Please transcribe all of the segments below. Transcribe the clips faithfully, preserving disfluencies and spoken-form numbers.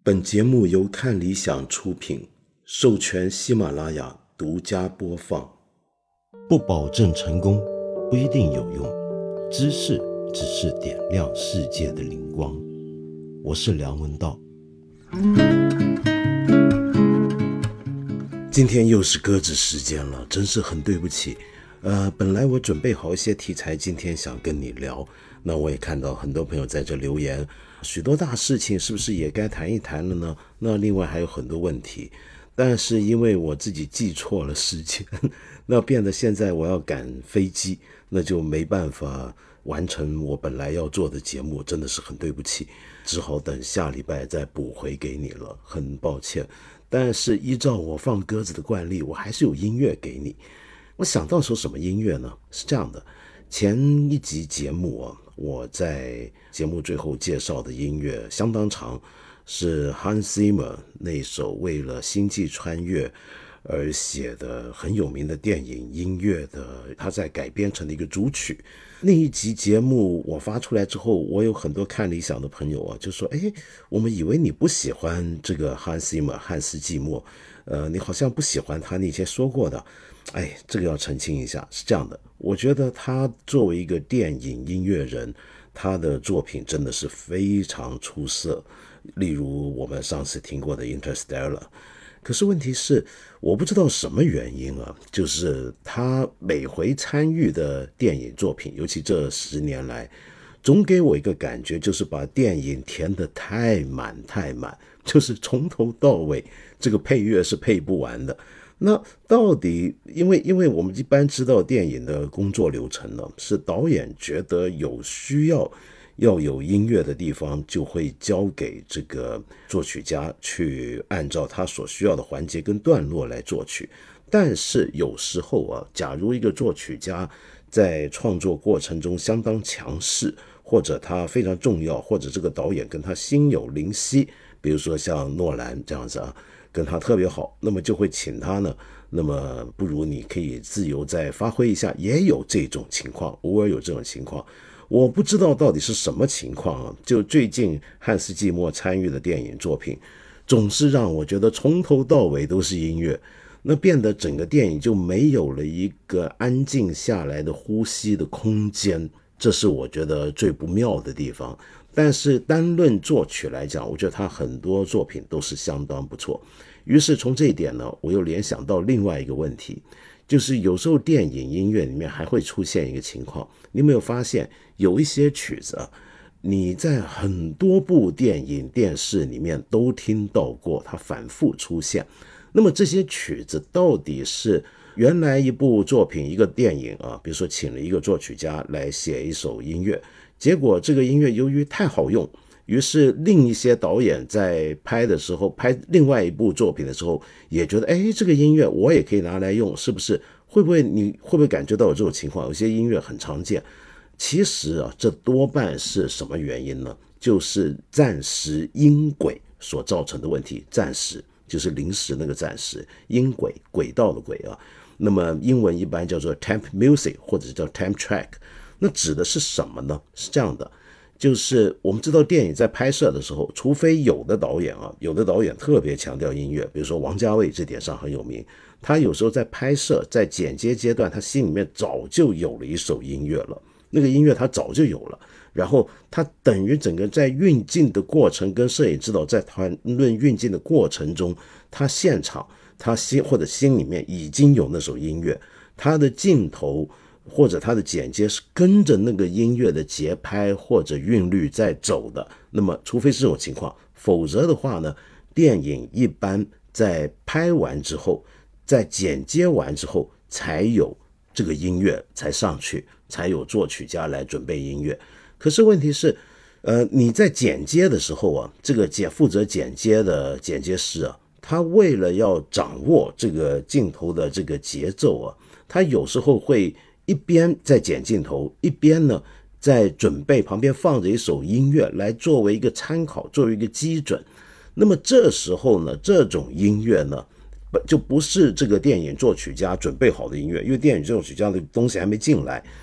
本节目由看理想出品，授权喜马拉雅独家播放。不保证成功，不一定有用，知识只是点亮世界的灵光。我是梁文道。今天又是鸽子时间了，真是很对不起。呃，本来我准备好一些题材，今天想跟你聊。那我也看到很多朋友在这留言，许多大事情是不是也该谈一谈了呢？那另外还有很多问题，但是因为我自己记错了时间，那变得现在我要赶飞机，那就没办法完成我本来要做的节目，真的是很对不起，只好等下礼拜再补回给你了，很抱歉。但是依照我放鸽子的惯例，我还是有音乐给你。我想到首什么音乐呢？是这样的，前一集节目啊，我在节目最后介绍的音乐相当长，是 Hans Zimmer 那首为了星际穿越而写的很有名的电影音乐的，他在改编成的一个主曲。那一集节目我发出来之后，我有很多看理想的朋友啊，就说：哎，我们以为你不喜欢这个 Hans Zimmer 汉斯季默，呃，你好像不喜欢他，你以前说过的。哎，这个要澄清一下，是这样的，我觉得他作为一个电影音乐人，他的作品真的是非常出色，例如我们上次听过的 Interstellar。 可是问题是，我不知道什么原因啊，就是他每回参与的电影作品，尤其这十年来，总给我一个感觉，就是把电影填得太满太满，就是从头到尾这个配乐是配不完的。那到底因为因为我们一般知道电影的工作流程呢，是导演觉得有需要要有音乐的地方，就会交给这个作曲家去按照他所需要的环节跟段落来作曲。但是有时候啊，假如一个作曲家在创作过程中相当强势，或者他非常重要，或者这个导演跟他心有灵犀，比如说像诺兰这样子啊，跟他特别好，那么就会请他呢，那么不如你可以自由再发挥一下，也有这种情况，偶尔有这种情况。我不知道到底是什么情况啊，就最近汉斯季默参与的电影作品，总是让我觉得从头到尾都是音乐，那变得整个电影就没有了一个安静下来的呼吸的空间，这是我觉得最不妙的地方。但是单论作曲来讲，我觉得他很多作品都是相当不错。于是从这一点呢，我又联想到另外一个问题，就是有时候电影音乐里面还会出现一个情况，你有没有发现有一些曲子啊，你在很多部电影电视里面都听到过，它反复出现。那么这些曲子到底是原来一部作品一个电影啊，比如说请了一个作曲家来写一首音乐，结果这个音乐由于太好用，于是另一些导演在拍的时候，拍另外一部作品的时候，也觉得哎，这个音乐我也可以拿来用，是不是？会不会你会不会感觉到有这种情况？有些音乐很常见，其实啊，这多半是什么原因呢？就是暂时音轨所造成的问题。暂时就是临时那个暂时，音轨轨道的轨啊。那么英文一般叫做 temp music 或者叫 temp track。那指的是什么呢？是这样的，就是我们知道电影在拍摄的时候，除非有的导演啊，有的导演特别强调音乐，比如说王家卫这点上很有名，他有时候在拍摄在剪接阶段，他心里面早就有了一首音乐了，那个音乐他早就有了，然后他等于整个在运镜的过程跟摄影指导在谈论运镜的过程中，他现场他心或者心里面已经有那首音乐，他的镜头或者他的剪接是跟着那个音乐的节拍或者韵律在走的。那么除非是这种情况，否则的话呢，电影一般在拍完之后，在剪接完之后才有这个音乐才上去，才有作曲家来准备音乐。可是问题是呃，你在剪接的时候啊，这个剪负责剪接的剪接师啊，他为了要掌握这个镜头的这个节奏啊，他有时候会一边在剪镜头，一边呢在准备旁边放着一首音乐来作为一个参考，作为一个基准。那么这时候呢，这种音乐呢就不是这个电影作曲家准备好的音乐，因为电影作曲家的东西还没进来，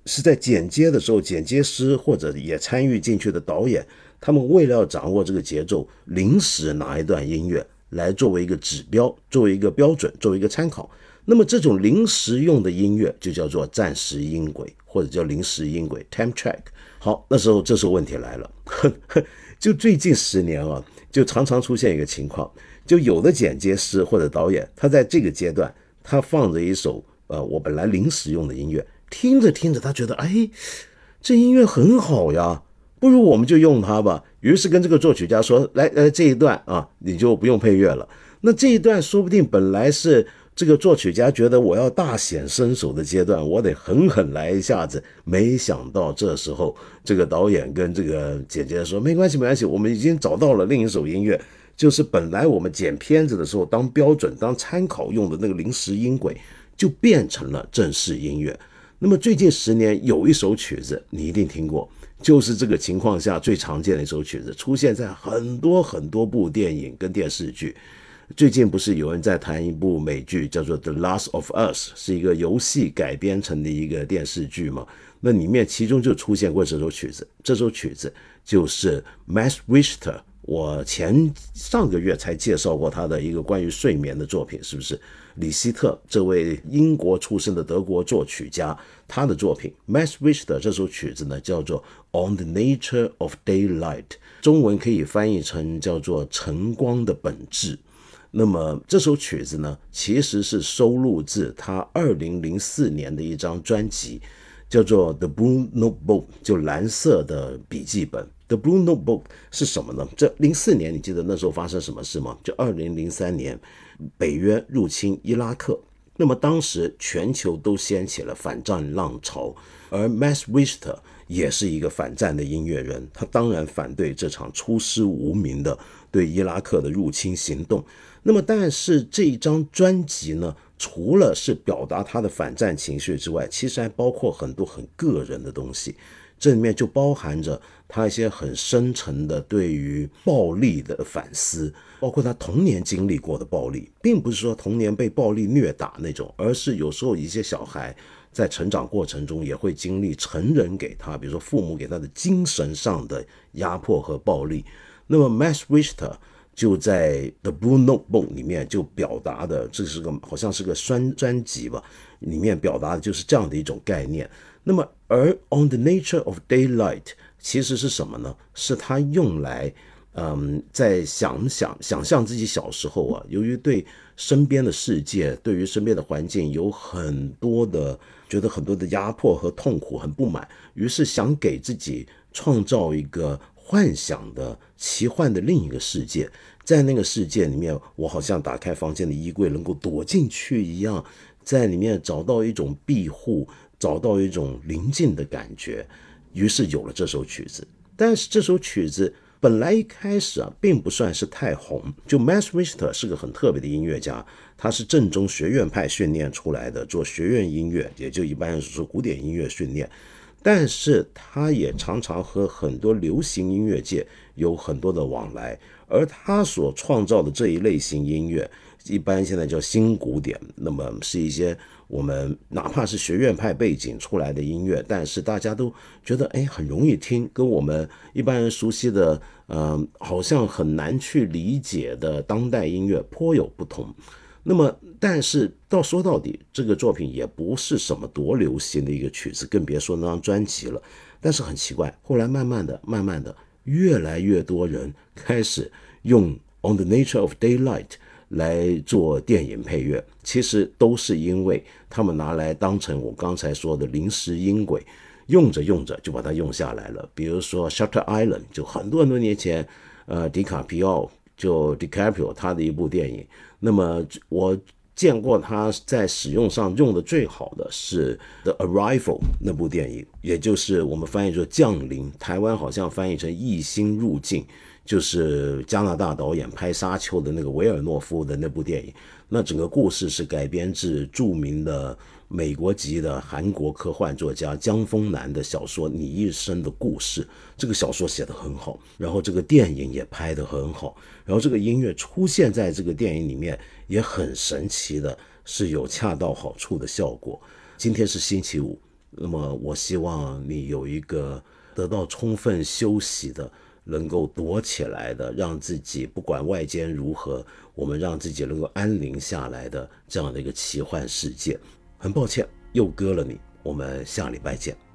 是在剪接的时候，剪接师或者也参与进去的导演，他们为了要掌握这个节奏，临时拿一段音乐来作为一个指标，作为一个标准，作为一个参考。那么这种临时用的音乐就叫做暂时音轨，或者叫临时音轨 time track。 好，那时候这时候问题来了，就最近十年啊，就常常出现一个情况，就有的剪接师或者导演，他在这个阶段他放着一首呃我本来临时用的音乐，听着听着他觉得哎这音乐很好呀，不如我们就用它吧。于是跟这个作曲家说，来来这一段啊你就不用配乐了。那这一段说不定本来是这个作曲家觉得我要大显身手的阶段，我得狠狠来一下子，没想到这时候这个导演跟这个剪接说，没关系没关系，我们已经找到了另一首音乐，就是本来我们剪片子的时候当标准当参考用的那个临时音轨，就变成了正式音乐。那么最近十年有一首曲子你一定听过，就是这个情况下最常见的一首曲子，出现在很多很多部电影跟电视剧。最近不是有人在谈一部美剧叫做 The Last of Us， 是一个游戏改编成的一个电视剧嘛？那里面其中就出现过这首曲子，这首曲子就是 Max Richter， 我前上个月才介绍过他的一个关于睡眠的作品，是不是？李希特这位英国出生的德国作曲家，他的作品 Max Richter 这首曲子呢叫做 On the Nature of Daylight， 中文可以翻译成叫做晨光的本质。那么这首曲子呢其实是收录自他二零零四年的一张专辑，叫做 The Blue Notebook， 就蓝色的笔记本。 The Blue Notebook 是什么呢？这零四年你记得那时候发生什么事吗？就二零零三年北约入侵伊拉克，那么当时全球都掀起了反战浪潮，而 Max Richter 也是一个反战的音乐人，他当然反对这场出师无名的对伊拉克的入侵行动。那么但是这一张专辑呢，除了是表达他的反战情绪之外，其实还包括很多很个人的东西，这里面就包含着他一些很深沉的对于暴力的反思，包括他童年经历过的暴力，并不是说童年被暴力虐打那种，而是有时候一些小孩在成长过程中也会经历成人给他，比如说父母给他的精神上的压迫和暴力。那么 Max Richter 就在 The Blue Notebook 里面就表达的，这是个好像是个专专辑吧，里面表达的就是这样的一种概念。那么而 On the Nature of Daylight 其实是什么呢？是他用来嗯，在想想想象自己小时候啊，由于对身边的世界，对于身边的环境有很多的觉得很多的压迫和痛苦，很不满，于是想给自己创造一个幻想的奇幻的另一个世界，在那个世界里面，我好像打开房间的衣柜能够躲进去一样，在里面找到一种庇护，找到一种宁静的感觉，于是有了这首曲子。但是这首曲子本来一开始啊，并不算是太红。就 Max Richter 是个很特别的音乐家，他是正宗学院派训练出来的，做学院音乐，也就一般人说古典音乐训练。但是他也常常和很多流行音乐界有很多的往来，而他所创造的这一类型音乐，一般现在叫新古典，那么是一些我们哪怕是学院派背景出来的音乐，但是大家都觉得哎很容易听，跟我们一般人熟悉的呃好像很难去理解的当代音乐颇有不同。那么但是到说到底，这个作品也不是什么多流行的一个曲子，更别说那张专辑了。但是很奇怪，后来慢慢的慢慢的越来越多人开始用 On the Nature of Daylight 来做电影配乐，其实都是因为他们拿来当成我刚才说的临时音轨，用着用着就把它用下来了。比如说 Shutter Island， 就很多很多年前呃，迪卡皮奥就 DiCaprio 他的一部电影，那么我见过他在使用上用的最好的是 The Arrival 那部电影，也就是我们翻译作降临，台湾好像翻译成异星入境，就是加拿大导演拍沙丘的那个维尔诺夫的那部电影。那整个故事是改编自著名的美国籍的韩国科幻作家江丰南的小说《你一生的故事》，这个小说写得很好，然后这个电影也拍得很好，然后这个音乐出现在这个电影里面也很神奇的是有恰到好处的效果。今天是星期五， 那么我希望你有一个得到充分休息的，能够躲起来的，让自己不管外间如何，我们让自己能够安宁下来的这样的一个奇幻世界。很抱歉又割了你，我们下礼拜见。